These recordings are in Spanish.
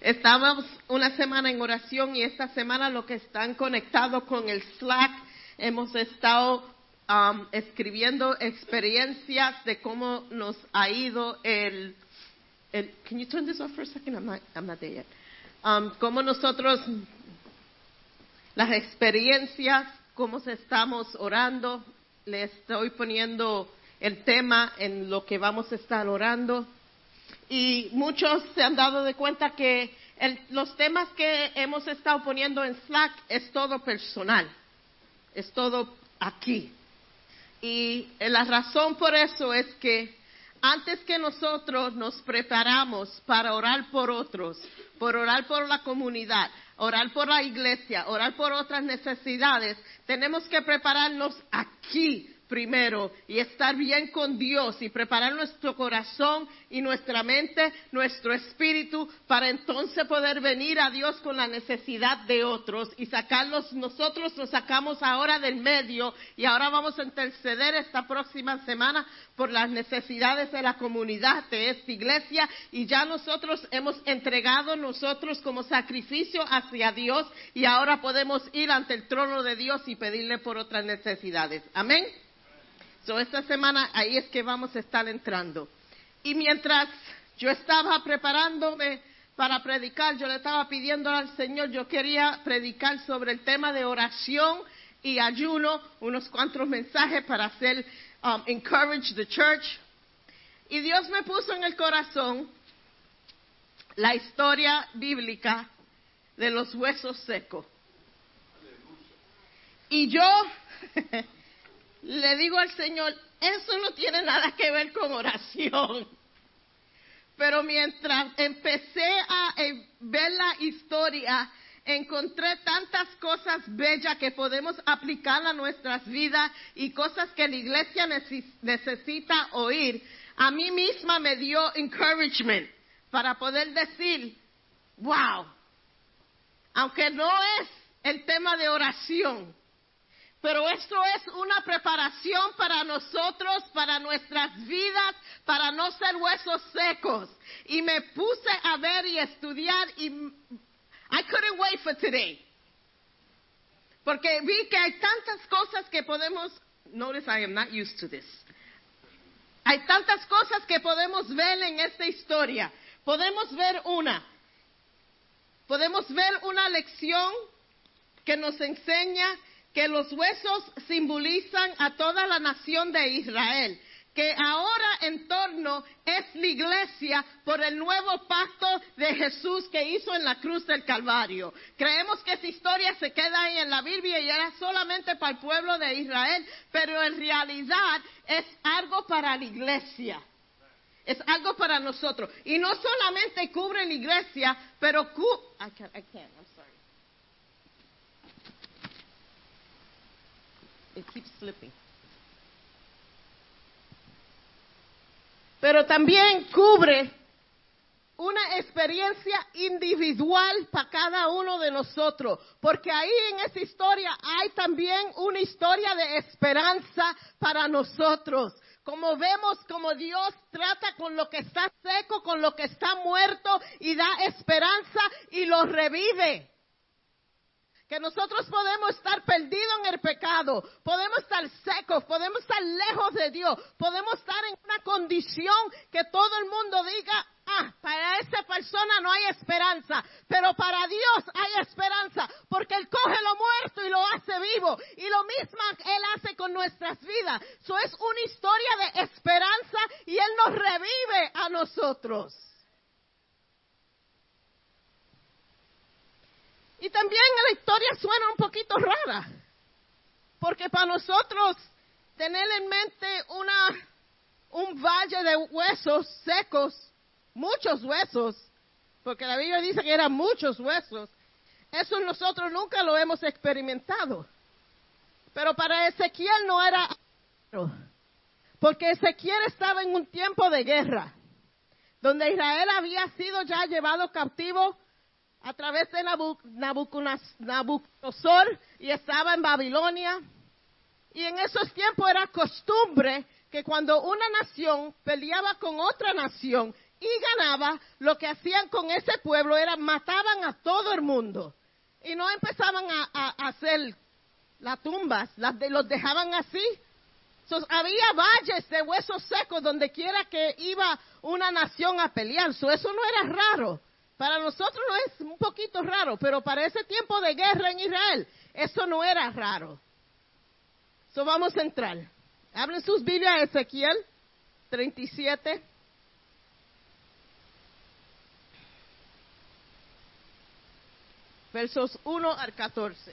Estábamos una semana en oración y esta semana los que están conectados con el Slack hemos estado escribiendo experiencias de cómo nos ha ido el can you turn this off for a second? I'm not there yet. Cómo nosotros, las experiencias, cómo estamos orando. Le estoy poniendo el tema en lo que vamos a estar orando. Y muchos se han dado de cuenta que los temas que hemos estado poniendo en Slack es todo personal, es todo aquí. Y la razón por eso es que antes que nosotros nos preparamos para orar por otros, por orar por la comunidad, orar por la iglesia, orar por otras necesidades, tenemos que prepararnos aquí primero y estar bien con Dios y preparar nuestro corazón y nuestra mente, nuestro espíritu, para entonces poder venir a Dios con la necesidad de otros y sacarlos. Nosotros los sacamos ahora del medio y ahora vamos a interceder esta próxima semana por las necesidades de la comunidad de esta iglesia, y ya nosotros hemos entregado nosotros como sacrificio hacia Dios y ahora podemos ir ante el trono de Dios y pedirle por otras necesidades. Amén. Esta semana ahí es que vamos a estar entrando. Y mientras yo estaba preparándome para predicar, yo le estaba pidiendo al Señor, yo quería predicar sobre el tema de oración y ayuno, unos cuantos mensajes para hacer encourage the church. Y Dios me puso en el corazón la historia bíblica de los huesos secos. Y yo le digo al Señor, eso no tiene nada que ver con oración. Pero mientras empecé a ver la historia, encontré tantas cosas bellas que podemos aplicar a nuestras vidas y cosas que la iglesia necesita oír. A mí misma me dio encouragement para poder decir, wow, aunque no es el tema de oración, pero esto es una preparación para nosotros, para nuestras vidas, para no ser huesos secos. Y me puse a ver y estudiar y I couldn't wait for today. Porque vi que hay tantas cosas que podemos, notice I am not used to this. Hay tantas cosas que podemos ver en esta historia. Podemos ver una lección que nos enseña que los huesos simbolizan a toda la nación de Israel, que ahora en torno es la iglesia por el nuevo pacto de Jesús que hizo en la cruz del Calvario. Creemos que esa historia se queda ahí en la Biblia y era solamente para el pueblo de Israel, pero en realidad es algo para la iglesia. Es algo para nosotros. Y no solamente cubre la iglesia, pero I can't, I'm sorry. It keeps slipping. Pero también cubre una experiencia individual para cada uno de nosotros, porque ahí en esa historia hay también una historia de esperanza para nosotros. Como vemos como Dios trata con lo que está seco, con lo que está muerto, y da esperanza y lo revive. Que nosotros podemos estar perdidos en el pecado, podemos estar secos, podemos estar lejos de Dios, podemos estar en una condición que todo el mundo diga, para esa persona no hay esperanza, pero para Dios hay esperanza, porque Él coge lo muerto y lo hace vivo, y lo mismo Él hace con nuestras vidas. Eso es una historia de esperanza y Él nos revive a nosotros. Y también la historia suena un poquito rara, porque para nosotros tener en mente un valle de huesos secos, muchos huesos, porque la Biblia dice que eran muchos huesos, eso nosotros nunca lo hemos experimentado. Pero para Ezequiel no era, porque Ezequiel estaba en un tiempo de guerra, donde Israel había sido ya llevado cautivo a través de Nabucodonosor y estaba en Babilonia. Y en esos tiempos era costumbre que cuando una nación peleaba con otra nación, y ganaba, lo que hacían con ese pueblo era mataban a todo el mundo. Y no empezaban a hacer las tumbas, los dejaban así. Había valles de huesos secos donde quiera que iba una nación a pelear. Eso no era raro. Para nosotros no es un poquito raro, pero para ese tiempo de guerra en Israel, eso no era raro. Vamos a entrar. Abren sus Biblias, Ezequiel 37. Versos 1 al 14.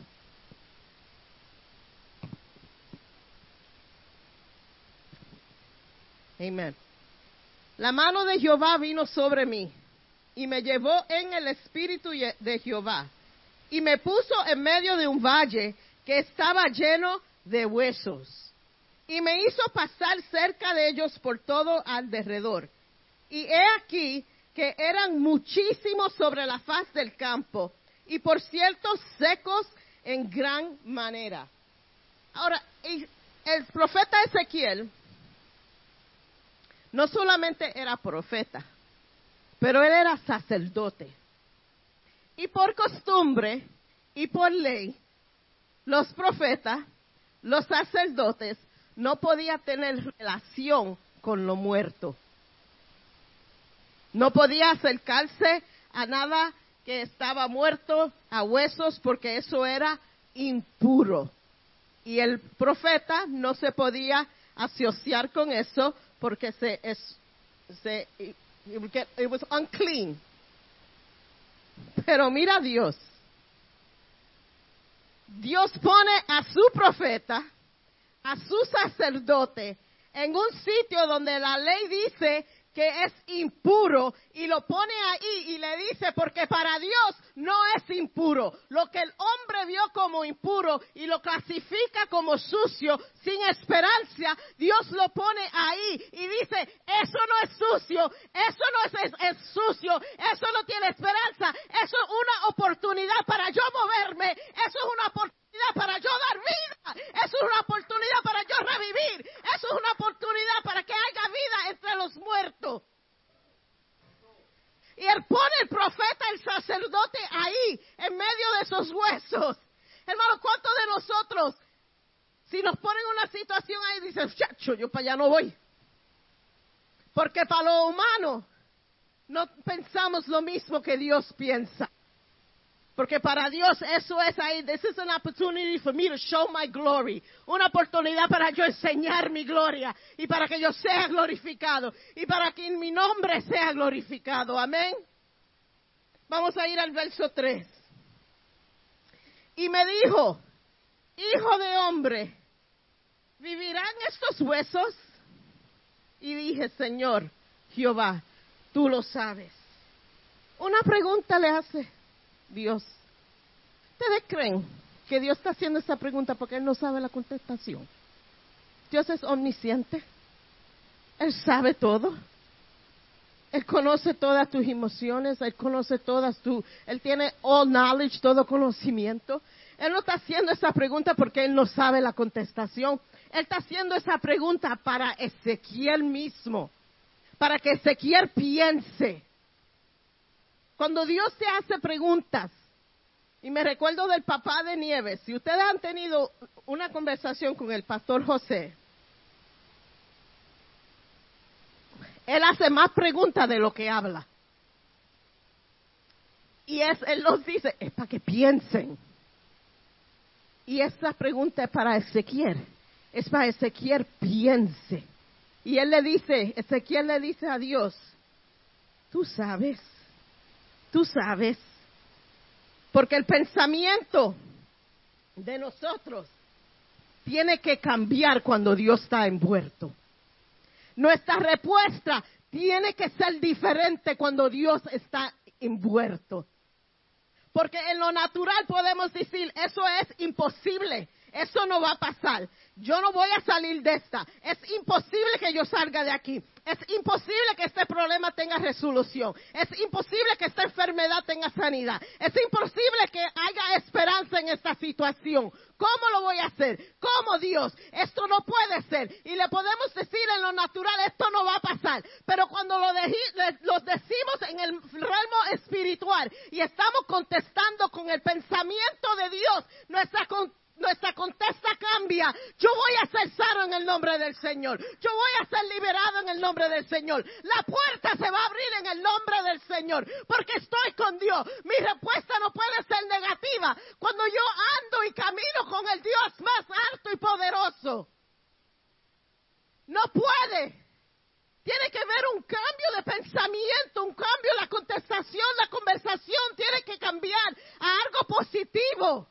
Amén. La mano de Jehová vino sobre mí, y me llevó en el espíritu de Jehová, y me puso en medio de un valle que estaba lleno de huesos, y me hizo pasar cerca de ellos por todo alrededor. Y he aquí que eran muchísimos sobre la faz del campo, y por cierto secos en gran manera. Ahora, el profeta Ezequiel no solamente era profeta, pero él era sacerdote. Y por costumbre y por ley, los profetas, los sacerdotes, no podían tener relación con lo muerto. No podía acercarse a nada que estaba muerto, a huesos, porque eso era impuro. Y el profeta no se podía asociar con eso porque it was unclean. Pero mira Dios. Dios pone a su profeta, a su sacerdote, en un sitio donde la ley dice que es impuro, y lo pone ahí y le dice, porque para Dios no es impuro. Lo que el hombre vio como impuro y lo clasifica como sucio, sin esperanza, Dios lo pone ahí y dice, eso no es sucio, eso no es sucio, eso no tiene esperanza, eso es una oportunidad para yo moverme, eso es una oportunidad para yo dar vida, eso es una oportunidad para yo revivir, eso es una oportunidad para que haya vida entre los muertos. Y él pone el profeta, el sacerdote ahí, en medio de esos huesos. Hermano, ¿cuántos de nosotros, si nos ponen en una situación ahí, dicen, chacho, yo para allá no voy? Porque para lo humano no pensamos lo mismo que Dios piensa. Porque para Dios eso es ahí. This is an opportunity for me to show my glory. Una oportunidad para yo enseñar mi gloria. Y para que yo sea glorificado. Y para que mi nombre sea glorificado. Amén. Vamos a ir al verso 3. Y me dijo, hijo de hombre, ¿vivirán estos huesos? Y dije, Señor, Jehová, tú lo sabes. Una pregunta le hace Dios. ¿Ustedes creen que Dios está haciendo esa pregunta porque Él no sabe la contestación? Dios es omnisciente. Él sabe todo. Él conoce todas tus emociones. Él conoce Él tiene all knowledge, todo conocimiento. Él no está haciendo esa pregunta porque Él no sabe la contestación. Él está haciendo esa pregunta para Ezequiel mismo. Para que Ezequiel piense. Cuando Dios te hace preguntas, y me recuerdo del papá de Nieves, si ustedes han tenido una conversación con el pastor José, él hace más preguntas de lo que habla. Y él nos dice, es para que piensen. Y esa pregunta es para Ezequiel, es para Ezequiel piense. Y Ezequiel le dice a Dios, tú sabes. Porque el pensamiento de nosotros tiene que cambiar cuando Dios está envuelto. Nuestra respuesta tiene que ser diferente cuando Dios está envuelto. Porque en lo natural podemos decir, eso es imposible. eso no va a pasar. Yo no voy a salir de esta. Es imposible que yo salga de aquí. Es imposible que este problema tenga resolución. Es imposible que esta enfermedad tenga sanidad. Es imposible que haya esperanza en esta situación. ¿Cómo lo voy a hacer? ¿Cómo, Dios? Esto no puede ser. Y le podemos decir en lo natural, esto no va a pasar. Pero cuando lo decimos en el realmo espiritual y estamos contestando con el pensamiento de Dios, nuestra contesta cambia. Yo voy a ser sano en el nombre del Señor. Yo voy a ser liberado en el nombre del Señor. La puerta se va a abrir en el nombre del Señor, porque estoy con Dios. Mi respuesta no puede ser negativa cuando yo ando y camino con el Dios más alto y poderoso. No puede. Tiene que haber un cambio de pensamiento, un cambio en la contestación, la conversación tiene que cambiar a algo positivo.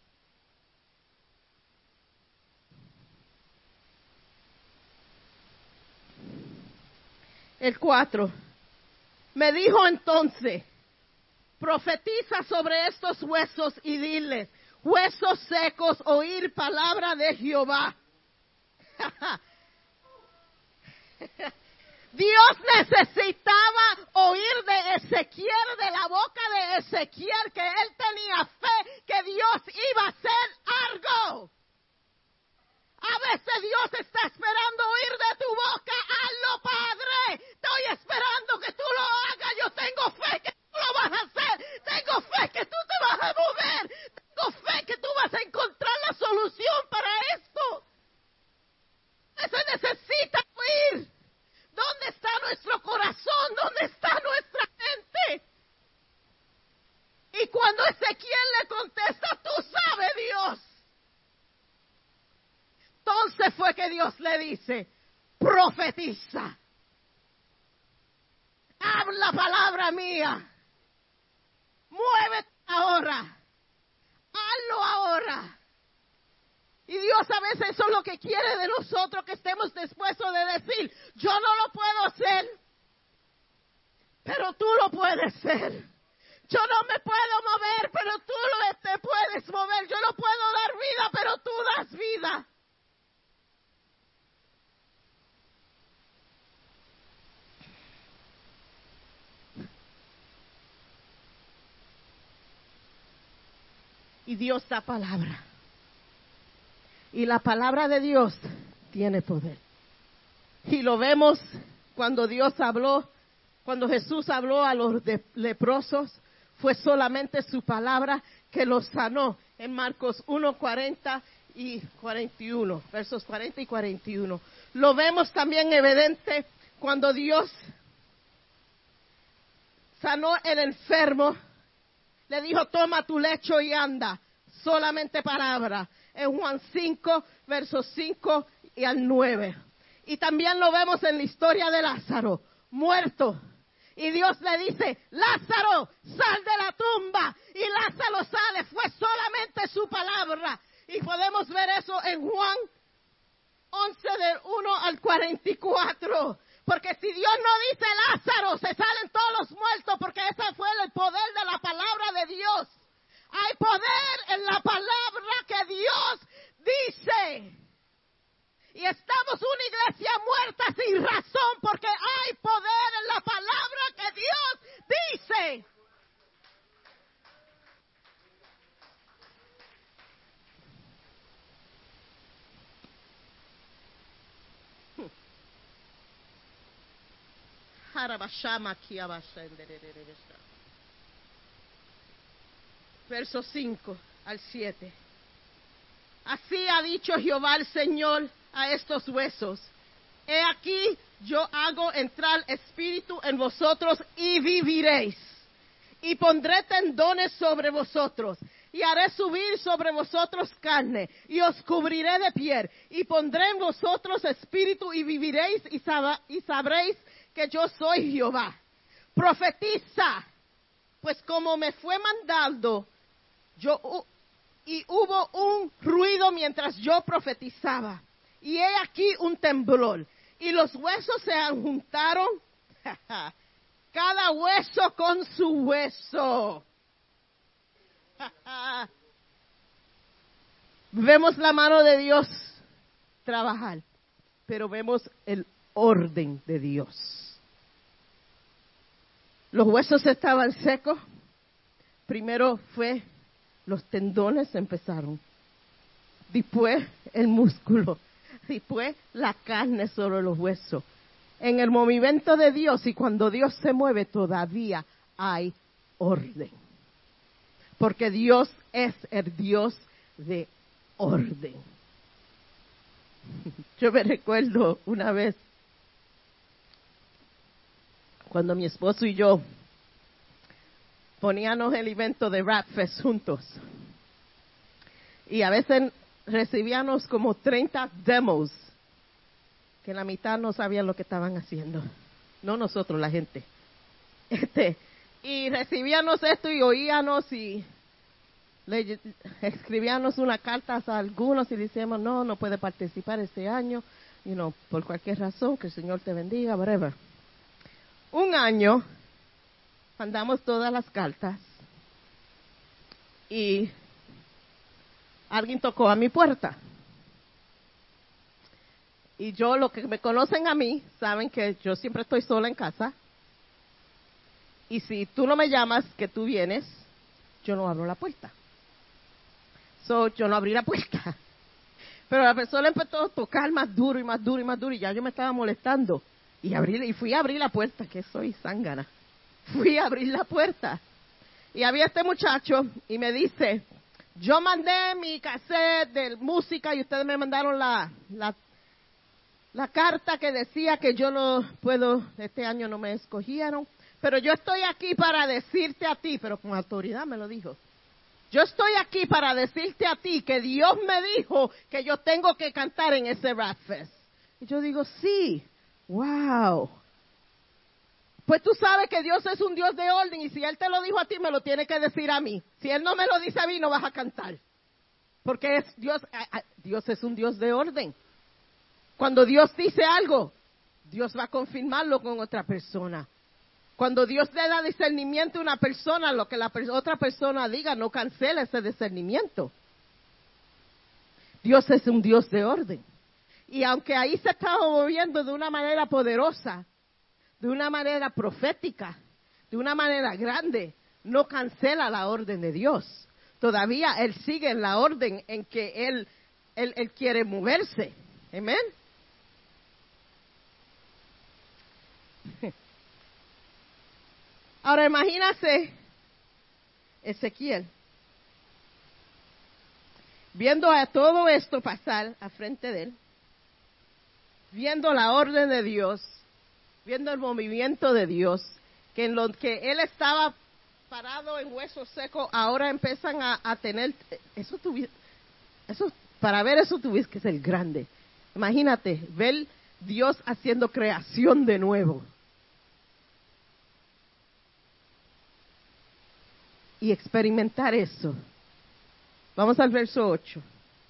El 4. Me dijo entonces, profetiza sobre estos huesos y diles, huesos secos, oír palabra de Jehová. Dios necesitaba oír de Ezequiel, de la boca de Ezequiel, que él tenía fe que Dios iba a hacer algo. A veces Dios está esperando oír de tu boca, hazlo, Padre. Estoy esperando que tú lo hagas. Yo tengo fe que tú lo vas a hacer. Tengo fe que tú te vas a mover. Tengo fe que tú vas a encontrar la solución para esto. Se necesita oír. ¿Dónde está nuestro corazón? ¿Dónde está nuestra mente? Y cuando Ezequiel le contesta, tú sabes, Dios. Entonces fue que Dios le dice, profetiza. Habla palabra mía. Muévete ahora. Hazlo ahora. Y Dios a veces eso es lo que quiere de nosotros, que estemos dispuestos de decir, yo no lo puedo hacer, pero tú lo puedes hacer. Yo no me puedo mover, pero tú te puedes mover. Yo no puedo dar vida, pero tú das vida. Y Dios da palabra. Y la palabra de Dios tiene poder. Y lo vemos cuando Dios habló, cuando Jesús habló a los leprosos, fue solamente su palabra que los sanó. En Marcos 1, 40 y 41, versos 40 y 41. Lo vemos también evidente cuando Dios sanó el enfermo. Le dijo, toma tu lecho y anda. Solamente palabra. En Juan 5, versos 5 y al 9. Y también lo vemos en la historia de Lázaro, muerto. Y Dios le dice, Lázaro, sal de la tumba. Y Lázaro sale, fue solamente su palabra. Y podemos ver eso en Juan 11, del 1 al 44. Porque si Dios no dice Lázaro, se salen todos los muertos, porque ese fue el poder de la palabra de Dios. Hay poder en la palabra que Dios dice. Y estamos una iglesia muerta sin razón, porque hay poder en la palabra que Dios dice. Verso 5 al 7. Así ha dicho Jehová el Señor a estos huesos. He aquí, yo hago entrar espíritu en vosotros y viviréis. Y pondré tendones sobre vosotros. Y haré subir sobre vosotros carne. Y os cubriré de piel. Y pondré en vosotros espíritu y viviréis y sabréis que yo soy Jehová. Profetiza. Pues como me fue mandado, y hubo un ruido mientras yo profetizaba. Y he aquí un temblor. Y los huesos se juntaron, cada hueso con su hueso. Vemos la mano de Dios trabajar, pero vemos el orden de Dios. Los huesos estaban secos. Primero fue los tendones empezaron. Después el músculo. Después la carne sobre los huesos. En el movimiento de Dios y cuando Dios se mueve todavía hay orden. Porque Dios es el Dios de orden. Yo me recuerdo una vez cuando mi esposo y yo poníamos el evento de Rap Fest juntos. Y a veces recibíamos como 30 demos que la mitad no sabían lo que estaban haciendo. No nosotros, la gente. Y recibíamos esto y oíamos y le escribíamos una carta a algunos y decíamos, no puede participar este año, por cualquier razón, que el Señor te bendiga, whatever. Un año mandamos todas las cartas y alguien tocó a mi puerta. Y yo, los que me conocen a mí, saben que yo siempre estoy sola en casa. Y si tú no me llamas que tú vienes, yo no abro la puerta. Yo no abrí la puerta. Pero la persona empezó a tocar más duro y más duro y más duro y ya yo me estaba molestando. Y fui a abrir la puerta, que soy zángana. Fui a abrir la puerta. Y había este muchacho y me dice, yo mandé mi cassette de música y ustedes me mandaron la carta que decía que yo no puedo, este año no me escogieron. Pero yo estoy aquí para decirte a ti, pero con autoridad me lo dijo. Yo estoy aquí para decirte a ti que Dios me dijo que yo tengo que cantar en ese Rap Fest. Y yo digo, sí, wow. Pues tú sabes que Dios es un Dios de orden y si Él te lo dijo a ti, me lo tiene que decir a mí. Si Él no me lo dice a mí, no vas a cantar. Porque Dios es un Dios de orden. Cuando Dios dice algo, Dios va a confirmarlo con otra persona. Cuando Dios le da discernimiento a una persona, lo que la otra persona diga, no cancela ese discernimiento. Dios es un Dios de orden. Y aunque ahí se estaba moviendo de una manera poderosa, de una manera profética, de una manera grande, no cancela la orden de Dios. Todavía Él sigue en la orden en que Él quiere moverse. Amén. Ahora imagínate Ezequiel viendo a todo esto pasar a frente de él, viendo la orden de Dios, viendo el movimiento de Dios, que en lo que él estaba parado en huesos secos, ahora empiezan a tener, para ver eso tuviste que ser grande. Imagínate, ver Dios haciendo creación de nuevo. Y experimentar eso. Vamos al verso 8.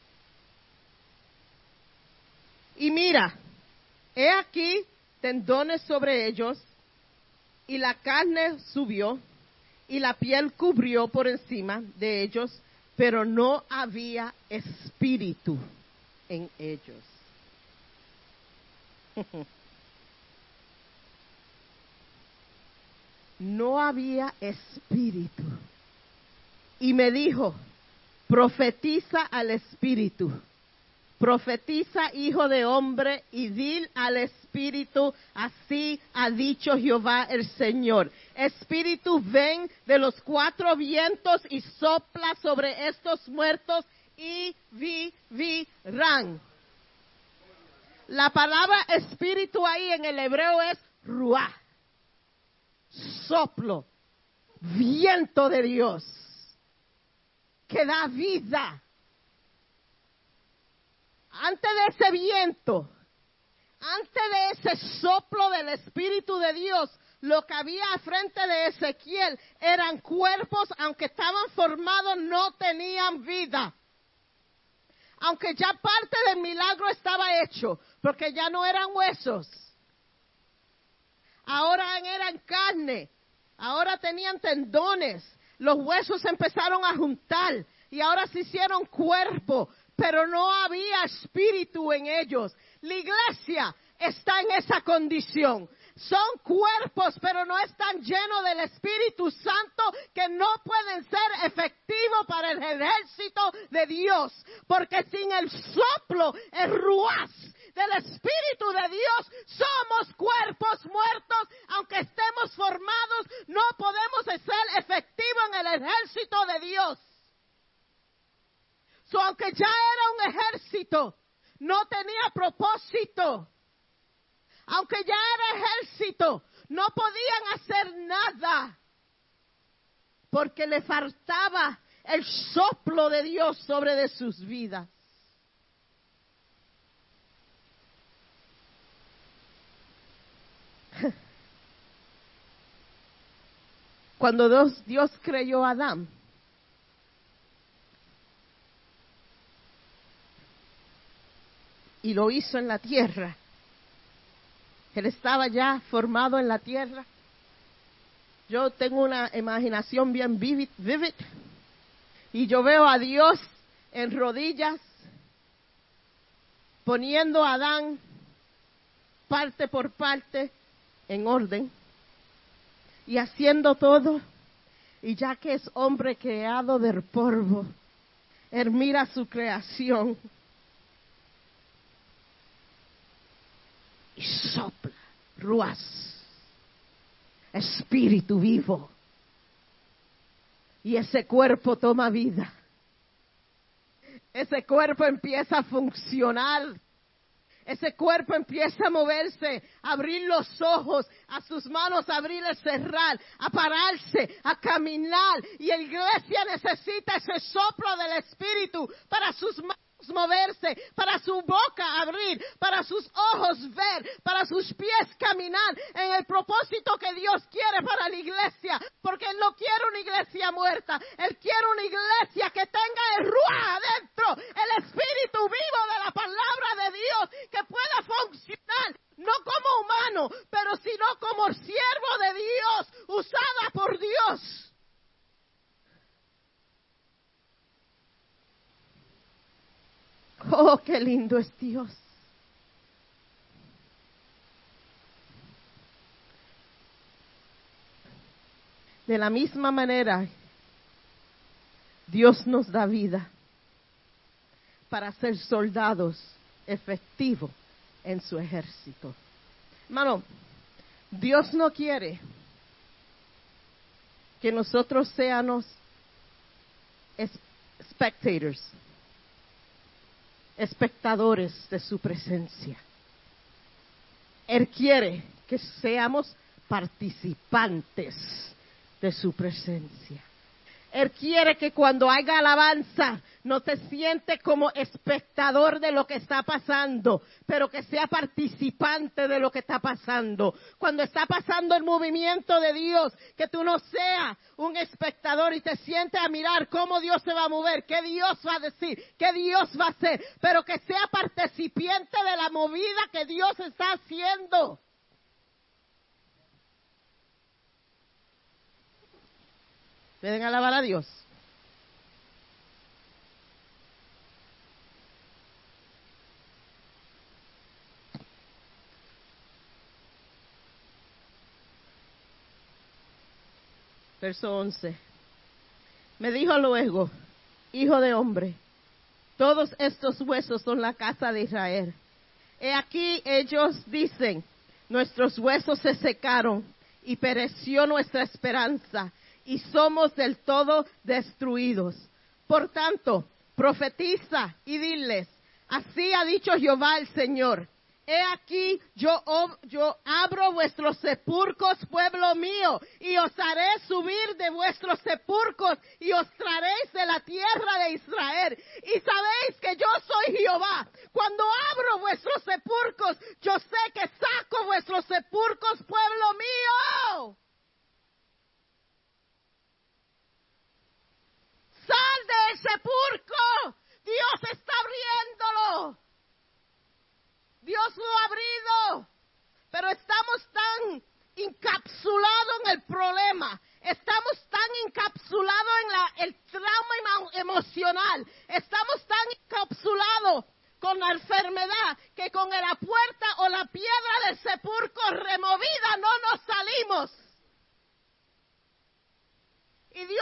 Y mira, he aquí tendones sobre ellos, y la carne subió, y la piel cubrió por encima de ellos, pero no había espíritu en ellos. No había espíritu. Y me dijo, profetiza al espíritu, profetiza, hijo de hombre, y dil al espíritu, así ha dicho Jehová el Señor. Espíritu, ven de los cuatro vientos y sopla sobre estos muertos y vivirán. La palabra espíritu ahí en el hebreo es ruah, soplo, viento de Dios, que da vida. Antes de ese viento, antes de ese soplo del Espíritu de Dios, lo que había al frente de Ezequiel eran cuerpos, aunque estaban formados, no tenían vida. Aunque ya parte del milagro estaba hecho, porque ya no eran huesos. Ahora eran carne, ahora tenían tendones, los huesos se empezaron a juntar y ahora se hicieron cuerpo, pero no había espíritu en ellos. La iglesia está en esa condición. Son cuerpos, pero no están llenos del Espíritu Santo, que no pueden ser efectivos para el ejército de Dios. Porque sin el soplo, el ruaz del Espíritu de Dios, somos cuerpos muertos. Aunque estemos formados, no podemos ser efectivos en el ejército de Dios. Aunque ya era un ejército, no tenía propósito. Aunque ya era ejército, no podían hacer nada, porque le faltaba el soplo de Dios sobre de sus vidas. Cuando Dios creó a Adán, y lo hizo en la tierra, él estaba ya formado en la tierra. Yo tengo una imaginación bien vivid, y yo veo a Dios en rodillas, poniendo a Adán parte por parte en orden, y haciendo todo, y ya que es hombre creado del polvo, él mira su creación, y sopla, ruaz, espíritu vivo. Y ese cuerpo toma vida. Ese cuerpo empieza a funcionar. Ese cuerpo empieza a moverse, a abrir los ojos, a sus manos a abrir y cerrar, a pararse, a caminar. Y la iglesia necesita ese soplo del Espíritu para sus manos moverse, para su boca abrir, para sus ojos ver, para sus pies caminar en el propósito que Dios quiere para la iglesia, porque Él no quiere una iglesia muerta, Él quiere una iglesia que tenga el ruá adentro, el espíritu vivo de la palabra de Dios, que pueda funcionar, no como humano, pero sino como siervo de Dios, usada por Dios. Oh, qué lindo es Dios. De la misma manera, Dios nos da vida para ser soldados efectivos en su ejército. Hermano, Dios no quiere que nosotros seamos spectators, espectadores de su presencia. Él quiere que seamos participantes de su presencia. Él quiere que cuando haya alabanza no te sientes como espectador de lo que está pasando, pero que sea participante de lo que está pasando. Cuando está pasando el movimiento de Dios, que tú no seas un espectador y te sientes a mirar cómo Dios se va a mover, qué Dios va a decir, qué Dios va a hacer, pero que sea participante de la movida que Dios está haciendo. ¿Pueden alabar a Dios? Verso 11. Me dijo luego, hijo de hombre, todos estos huesos son la casa de Israel. He aquí ellos dicen, nuestros huesos se secaron y pereció nuestra esperanza y somos del todo destruidos. Por tanto, profetiza y diles, así ha dicho Jehová el Señor. He aquí, yo abro vuestros sepulcros, pueblo mío, y os haré subir de vuestros sepulcros, y os traeréis de la tierra de Israel. Y sabéis que yo soy Jehová. Cuando abro vuestros sepulcros, yo sé que saco vuestros sepulcros, pueblo mío. Sal del sepulcro. Dios está abriéndolo. Dios lo ha abrido, pero estamos tan encapsulados en el problema, estamos tan encapsulados en el trauma emocional, estamos tan encapsulados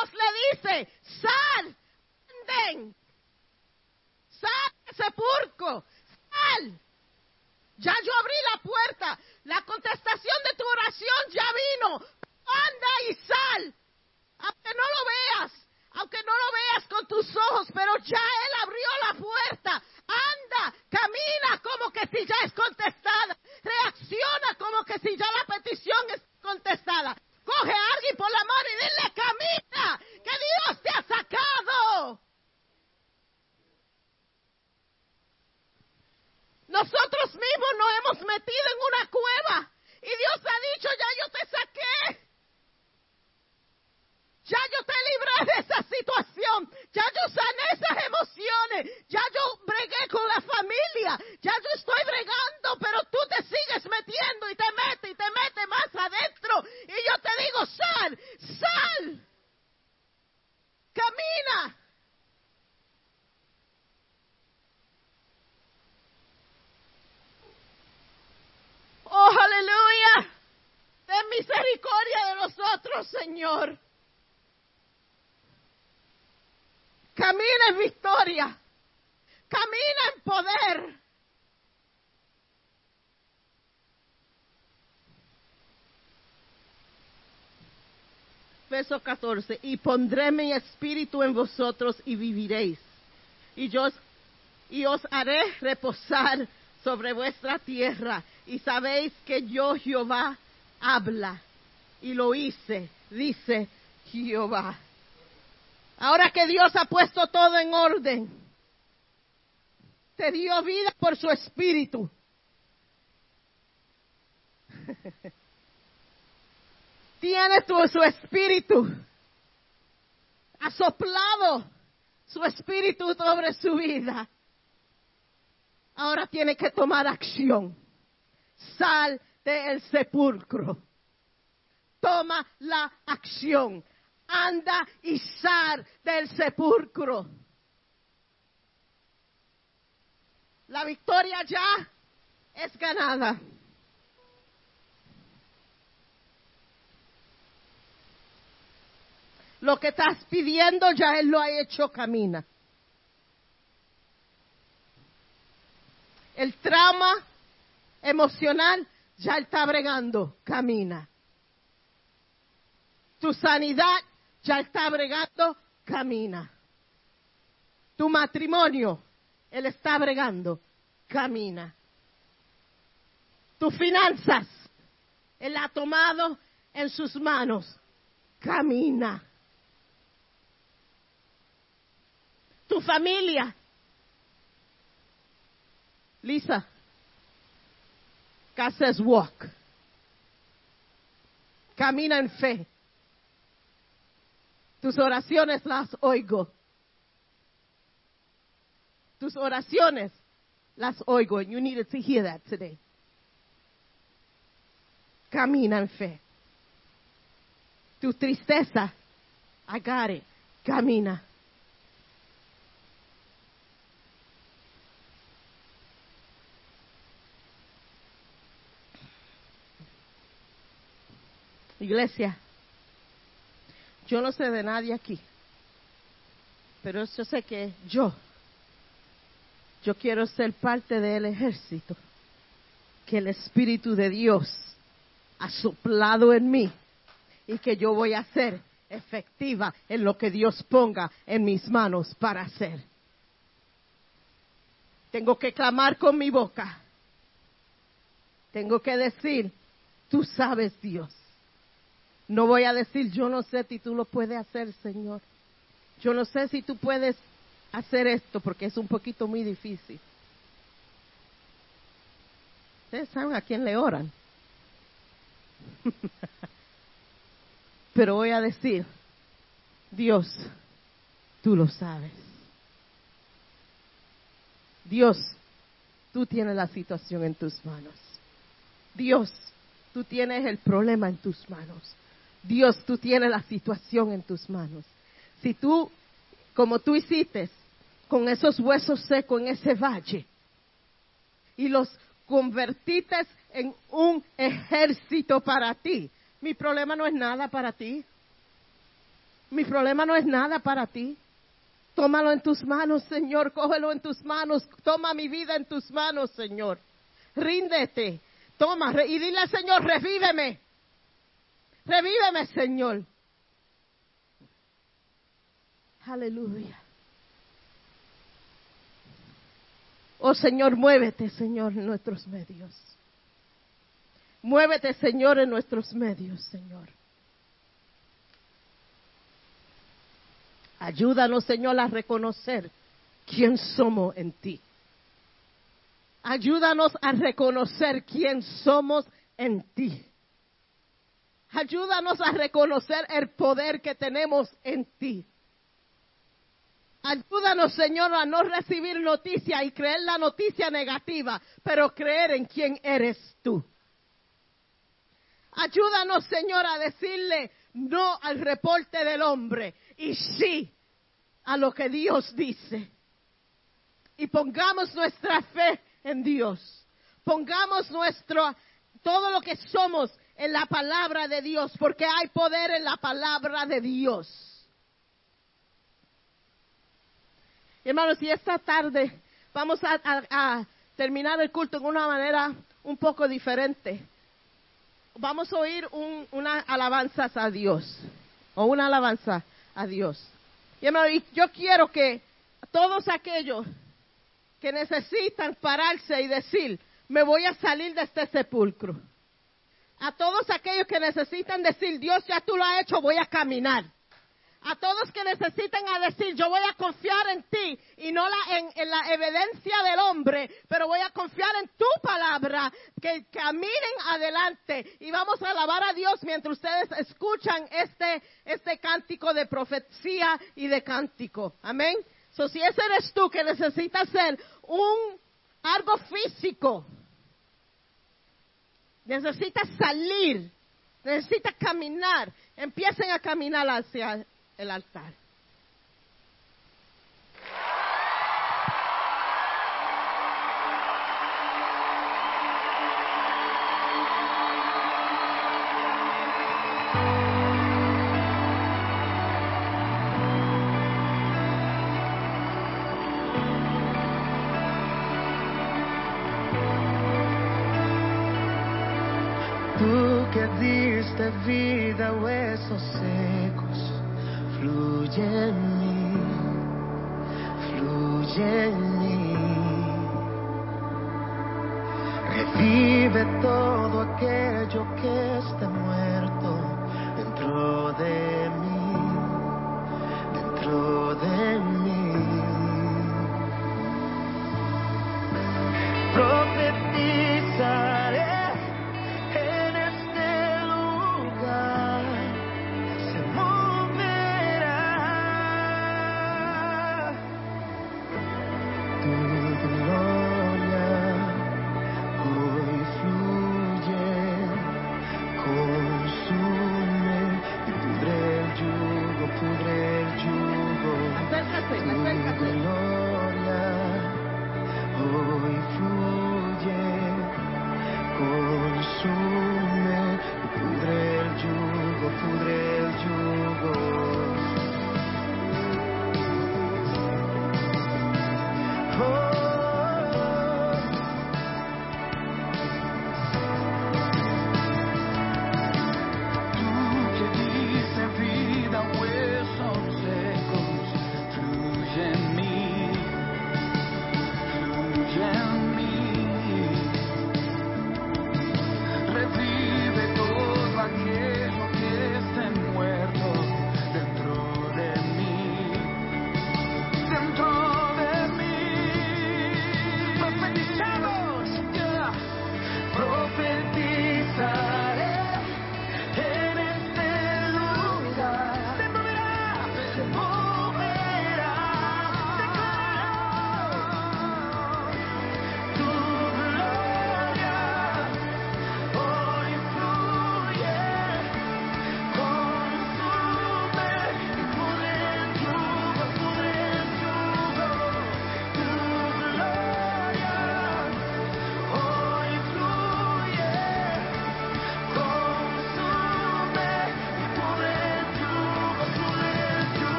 Dios le dice, sal, anden, sal del sepulcro, sal. Ya yo abrí la puerta, la contestación de tu oración ya vino. Anda y sal, aunque no lo veas con tus ojos, pero ya Él abrió la puerta. Anda, camina como que si ya es contestada. Reacciona como que si ya la petición es contestada. Coge a alguien por la mano y dile, camina, que Dios te ha sacado. Nosotros mismos nos hemos metido en una cueva y Dios ha dicho, ya yo te saqué. Ya yo te libré de esa situación, ya yo sané esas emociones, ya yo bregué con la familia, ya yo estoy bregando, pero tú te sigues metiendo y te mete más adentro. Y yo te digo, sal, sal, camina. Oh, aleluya, ten misericordia de nosotros, Señor. Camina en victoria. Camina en poder. Verso 14. Y pondré mi espíritu en vosotros y viviréis. Y os haré reposar sobre vuestra tierra. Y sabéis que yo, Jehová, habla. Y lo hice, dice Jehová. Ahora que Dios ha puesto todo en orden, te dio vida por su espíritu. Tiene su espíritu. Ha soplado su espíritu sobre su vida. Ahora tiene que tomar acción. Sal del sepulcro. Toma la acción. Anda y sal del sepulcro. La victoria ya es ganada. Lo que estás pidiendo ya Él lo ha hecho, camina. El trauma emocional ya Él está bregando, camina. Tu sanidad ya está bregando, camina. Tu matrimonio, Él está bregando, camina. Tus finanzas, Él ha tomado en sus manos, camina. Tu familia, Lisa, God says walk. Camina en fe. Tus oraciones las oigo. Tus oraciones las oigo. And you needed to hear that today. Camina en fe. Tu tristeza, I got it. Camina. Iglesia, yo no sé de nadie aquí, pero yo sé que yo quiero ser parte del ejército que el Espíritu de Dios ha soplado en mí y que yo voy a ser efectiva en lo que Dios ponga en mis manos para hacer. Tengo que clamar con mi boca. Tengo que decir, tú sabes, Dios. No voy a decir, yo no sé si tú lo puedes hacer, Señor. Yo no sé si tú puedes hacer esto porque es un poquito muy difícil. Ustedes saben a quién le oran. Pero voy a decir, Dios, tú lo sabes. Dios, tú tienes la situación en tus manos. Dios, tú tienes el problema en tus manos. Dios, tú tienes la situación en tus manos. Si tú, como tú hiciste, con esos huesos secos en ese valle, y los convertiste en un ejército para ti, mi problema no es nada para ti. Mi problema no es nada para ti. Tómalo en tus manos, Señor. Cógelo en tus manos. Toma mi vida en tus manos, Señor. Ríndete. Toma y dile al Señor, revíveme. Revíveme, Señor. Aleluya. Oh, Señor, muévete, Señor, en nuestros medios. Muévete, Señor, en nuestros medios, Señor. Ayúdanos, Señor, a reconocer quién somos en ti. Ayúdanos a reconocer quién somos en ti. Ayúdanos a reconocer el poder que tenemos en ti. Ayúdanos, Señor, a no recibir noticia y creer la noticia negativa, pero creer en quién eres tú. Ayúdanos, Señor, a decirle no al reporte del hombre y sí a lo que Dios dice. Y pongamos nuestra fe en Dios. Pongamos todo lo que somos en la palabra de Dios, porque hay poder en la palabra de Dios. Hermanos, y esta tarde vamos a terminar el culto de una manera un poco diferente. Vamos a oír una alabanza a Dios, o una alabanza a Dios. Y hermanos, y yo quiero que todos aquellos que necesitan pararse y decir, me voy a salir de este sepulcro. A todos aquellos que necesitan decir, Dios, ya tú lo has hecho, voy a caminar. A todos que necesitan decir, yo voy a confiar en ti y no en la evidencia del hombre, pero voy a confiar en tu palabra, que caminen adelante y vamos a alabar a Dios mientras ustedes escuchan este cántico de profecía y de cántico. Amén. So, si ese eres tú que necesitas hacer algo físico, necesitas salir, necesitas caminar, empiecen a caminar hacia el altar. Tú que diste vida a huesos secos, fluye en mí, revive todo aquello que esté muerto dentro de mí, profetizaré. Consume y pudre el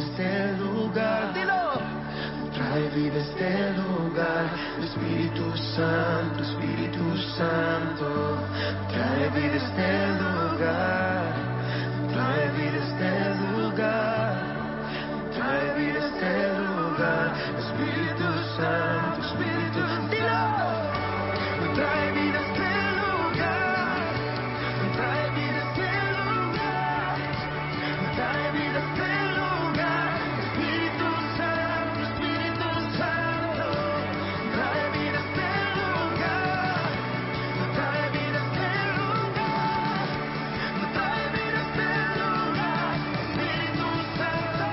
este lugar. Dilo. Trae vida a este lugar, Espíritu Santo, Espíritu Santo. Trae vida a este lugar, trae vida a este lugar, trae vida a este lugar, Espíritu Santo, Espíritu Santo. Trae vida a este lugar, trae vida a este lugar, trae vida a este lugar, Espíritu Santo, Espíritu Santo. Trae vida a este lugar, trae vida a este lugar, trae vida a este lugar, Espíritu Santo.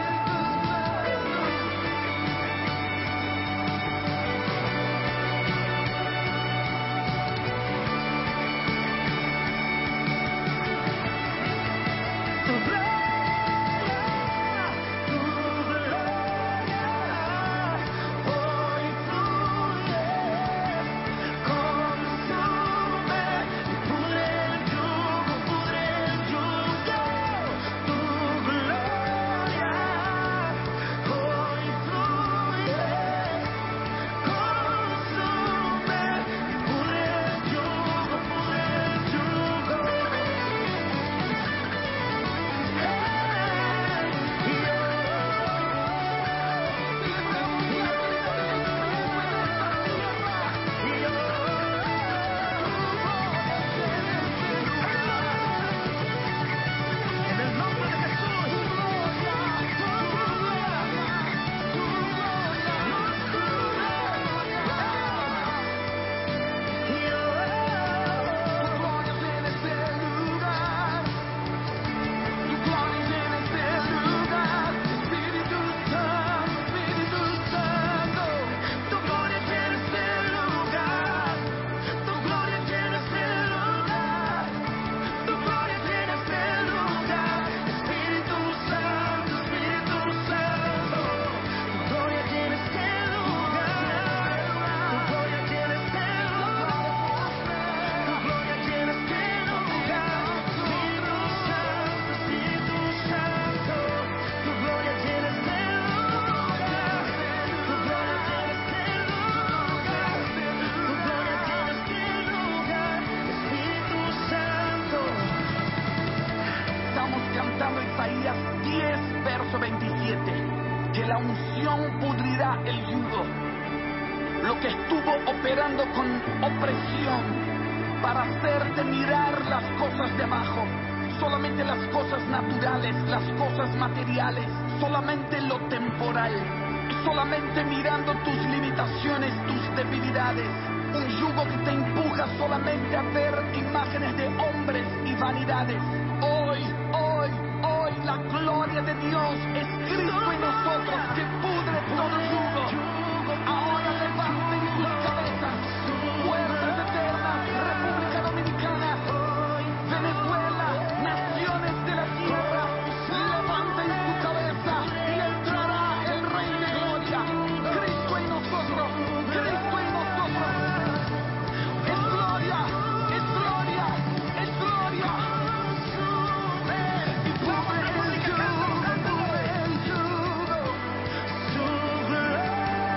Isaías 10, verso 27, que la unción pudrirá el yugo, lo que estuvo operando con opresión para hacerte mirar las cosas de abajo, solamente las cosas naturales, las cosas materiales, solamente lo temporal, solamente mirando tus limitaciones, tus debilidades. Un yugo que te empuja solamente a ver imágenes de hombres y vanidades. Hoy, la gloria de Dios es Cristo en nosotros, que pudre todo yugo. Ahora levanten sus cabezas, puertas eternas, República Dominicana, Venezuela, naciones de la tierra, levanten su cabeza y entrará el Rey de Gloria. Cristo en nosotros, Cristo en nosotros. Es gloria, es gloria, es gloria. Y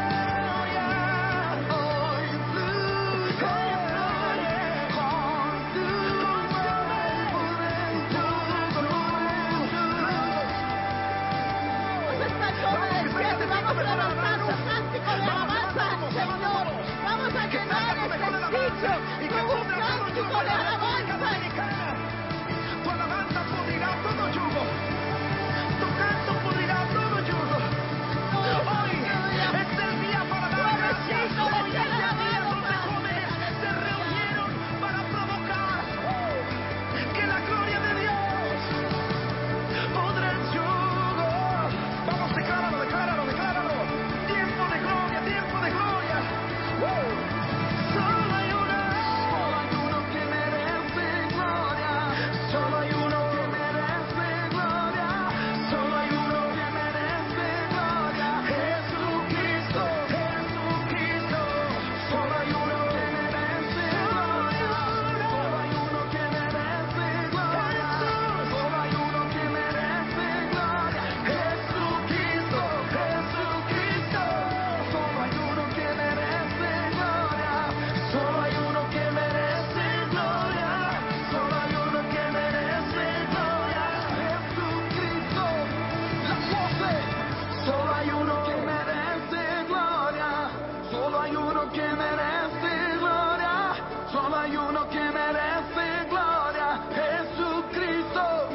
que merece gloria, solo hay uno que merece gloria, Jesucristo.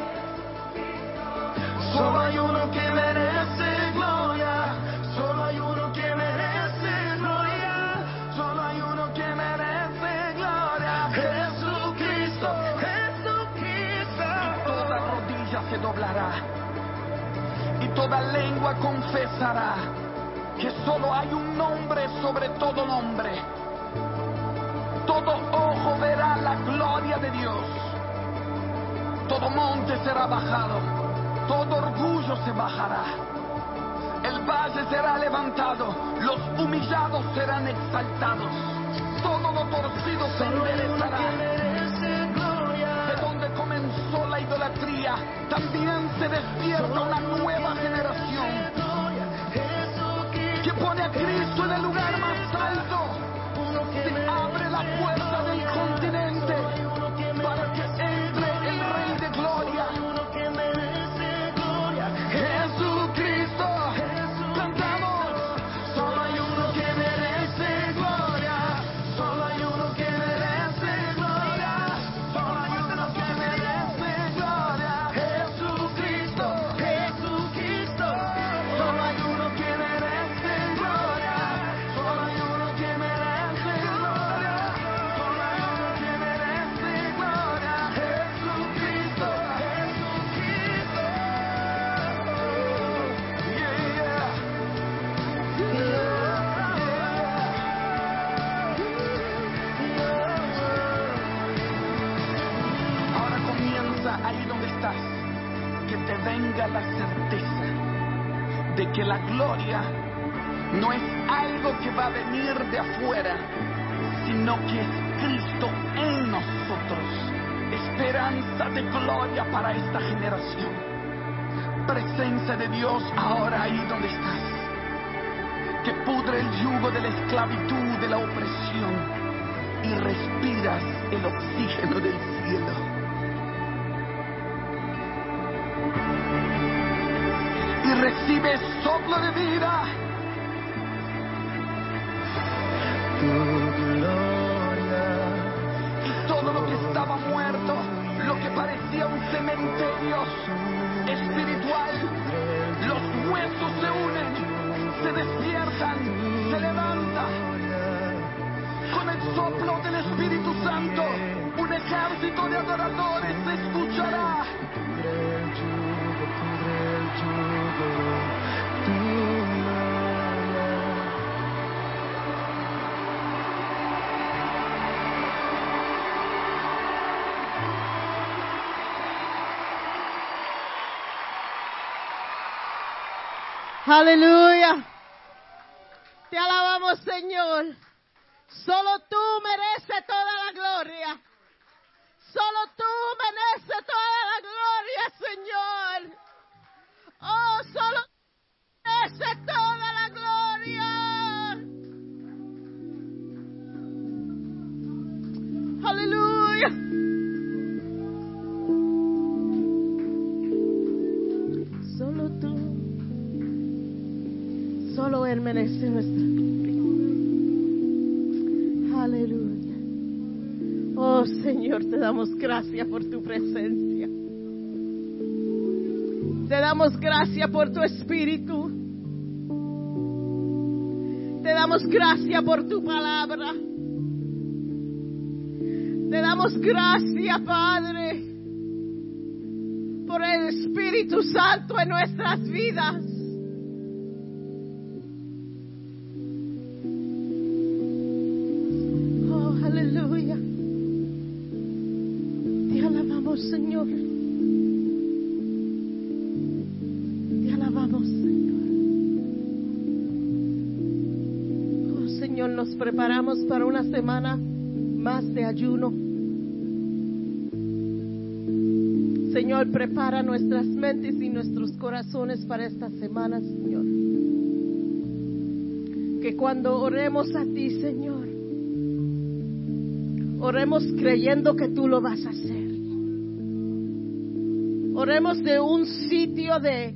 Solo hay uno que merece gloria, solo hay uno que merece gloria, solo hay uno que merece gloria, Jesucristo, Jesucristo. Y toda rodilla se doblará y toda lengua confesará que solo hay un nombre sobre todo nombre. Todo ojo verá la gloria de Dios. Todo monte será bajado, todo orgullo se bajará. El valle será levantado, los humillados serán exaltados. Todo lo torcido se enderezará. De donde comenzó la idolatría, también se despierta una nueva generación que pone a Cristo en el lugar más alto. Se abre la puerta del continente para que entre el Rey de Gloria, Jesucristo. Cantamos, solo hay uno que merece gloria, solo hay uno que merece gloria, solo hay uno que merece gloria, Jesucristo, Jesucristo. Solo hay uno que merece gloria, solo hay uno que merece gloria, solo hay uno que merece gloria, Jesucristo, Jesucristo. Ahora comienza ahí donde estás, que te venga la certeza de que la gloria no es algo que va a venir de afuera, sino que es Cristo en nosotros, esperanza de gloria para esta generación. Presencia de Dios ahora ahí donde estás, que pudre el yugo de la esclavitud, de la opresión, y respiras el oxígeno del cielo. Y recibes soplo de vida. Tu gloria. Y todo lo que estaba muerto, lo que parecía un cementerio espiritual, los huesos se unen, se despiertan, se levantan. Con el soplo del Espíritu Santo, un ejército de adoradores se escuchará. Aleluya. Te alabamos, Señor. Solo tú mereces toda la gloria. Solo tú mereces toda la gloria, Señor. Oh, solo tú mereces toda la gloria. Aleluya. Solo tú. Solo Él merece nuestra gloria. Aleluya. Oh Señor, te damos gracias por tu presencia. Te damos gracias por tu espíritu. Te damos gracias por tu palabra. Te damos gracias, Padre, por el Espíritu Santo en nuestras vidas. Aleluya. Te alabamos, Señor. Te alabamos, Señor. Oh, Señor, nos preparamos para una semana más de ayuno. Señor, prepara nuestras mentes y nuestros corazones para esta semana, Señor. Que cuando oremos a ti, Señor, oremos creyendo que tú lo vas a hacer. Oremos de un sitio de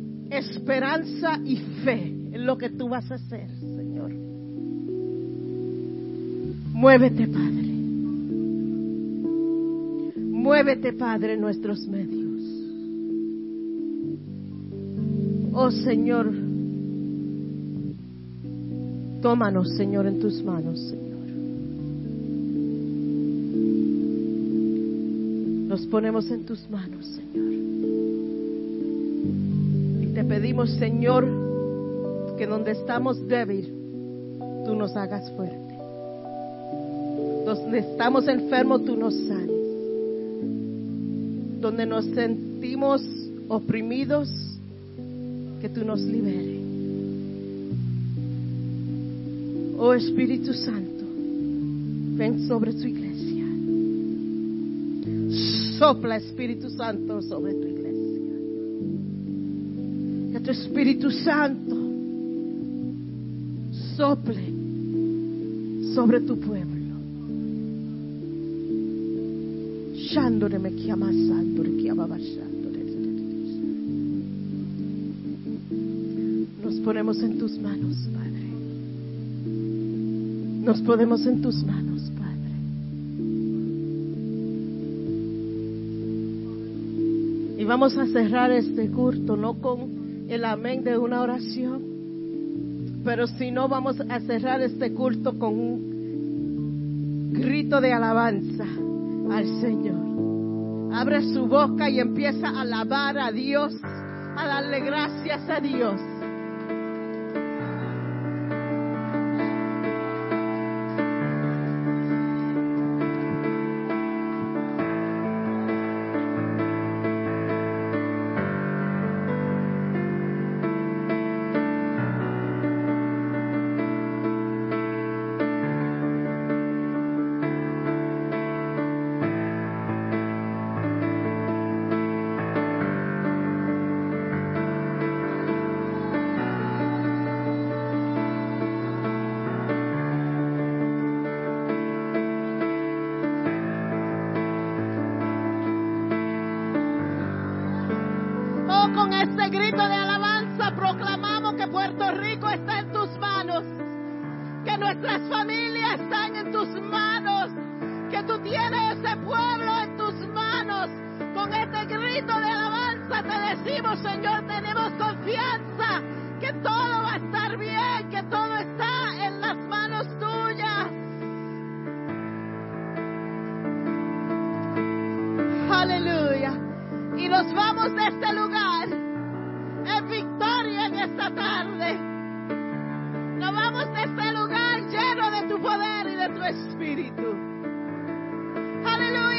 esperanza y fe en lo que tú vas a hacer, Señor. Muévete, Padre. Muévete, Padre, en nuestros medios. Oh Señor, tómanos, Señor, en tus manos, Señor. Nos ponemos en tus manos, Señor. Y te pedimos, Señor, que donde estamos débiles, tú nos hagas fuerte. Donde estamos enfermos, tú nos sanes. Donde nos sentimos oprimidos, que tú nos liberes. Oh Espíritu Santo, ven sobre tu iglesia. Sopla, Espíritu Santo, sobre tu iglesia. Que tu Espíritu Santo sople sobre tu pueblo. Shandore me chiama Sandore, chiama Bashandore. Nos ponemos en tus manos, Padre. Nos ponemos en tus manos, Padre. Y vamos a cerrar este culto, no con el amén de una oración, pero si no, vamos a cerrar este culto con un grito de alabanza al Señor. Abre su boca y empieza a alabar a Dios, a darle gracias a Dios. Con este grito de alabanza proclamamos que Puerto Rico está en tus manos, que nuestras familias están en tus manos, que tú tienes ese pueblo en tus manos. Con este grito de alabanza te decimos, Señor, tenemos confianza que todo va a estar bien, que todo está en las manos tuyas. Aleluya. Y nos vamos de este lugar en victoria en esta tarde. Nos vamos de este lugar lleno de tu poder y de tu espíritu. Aleluya.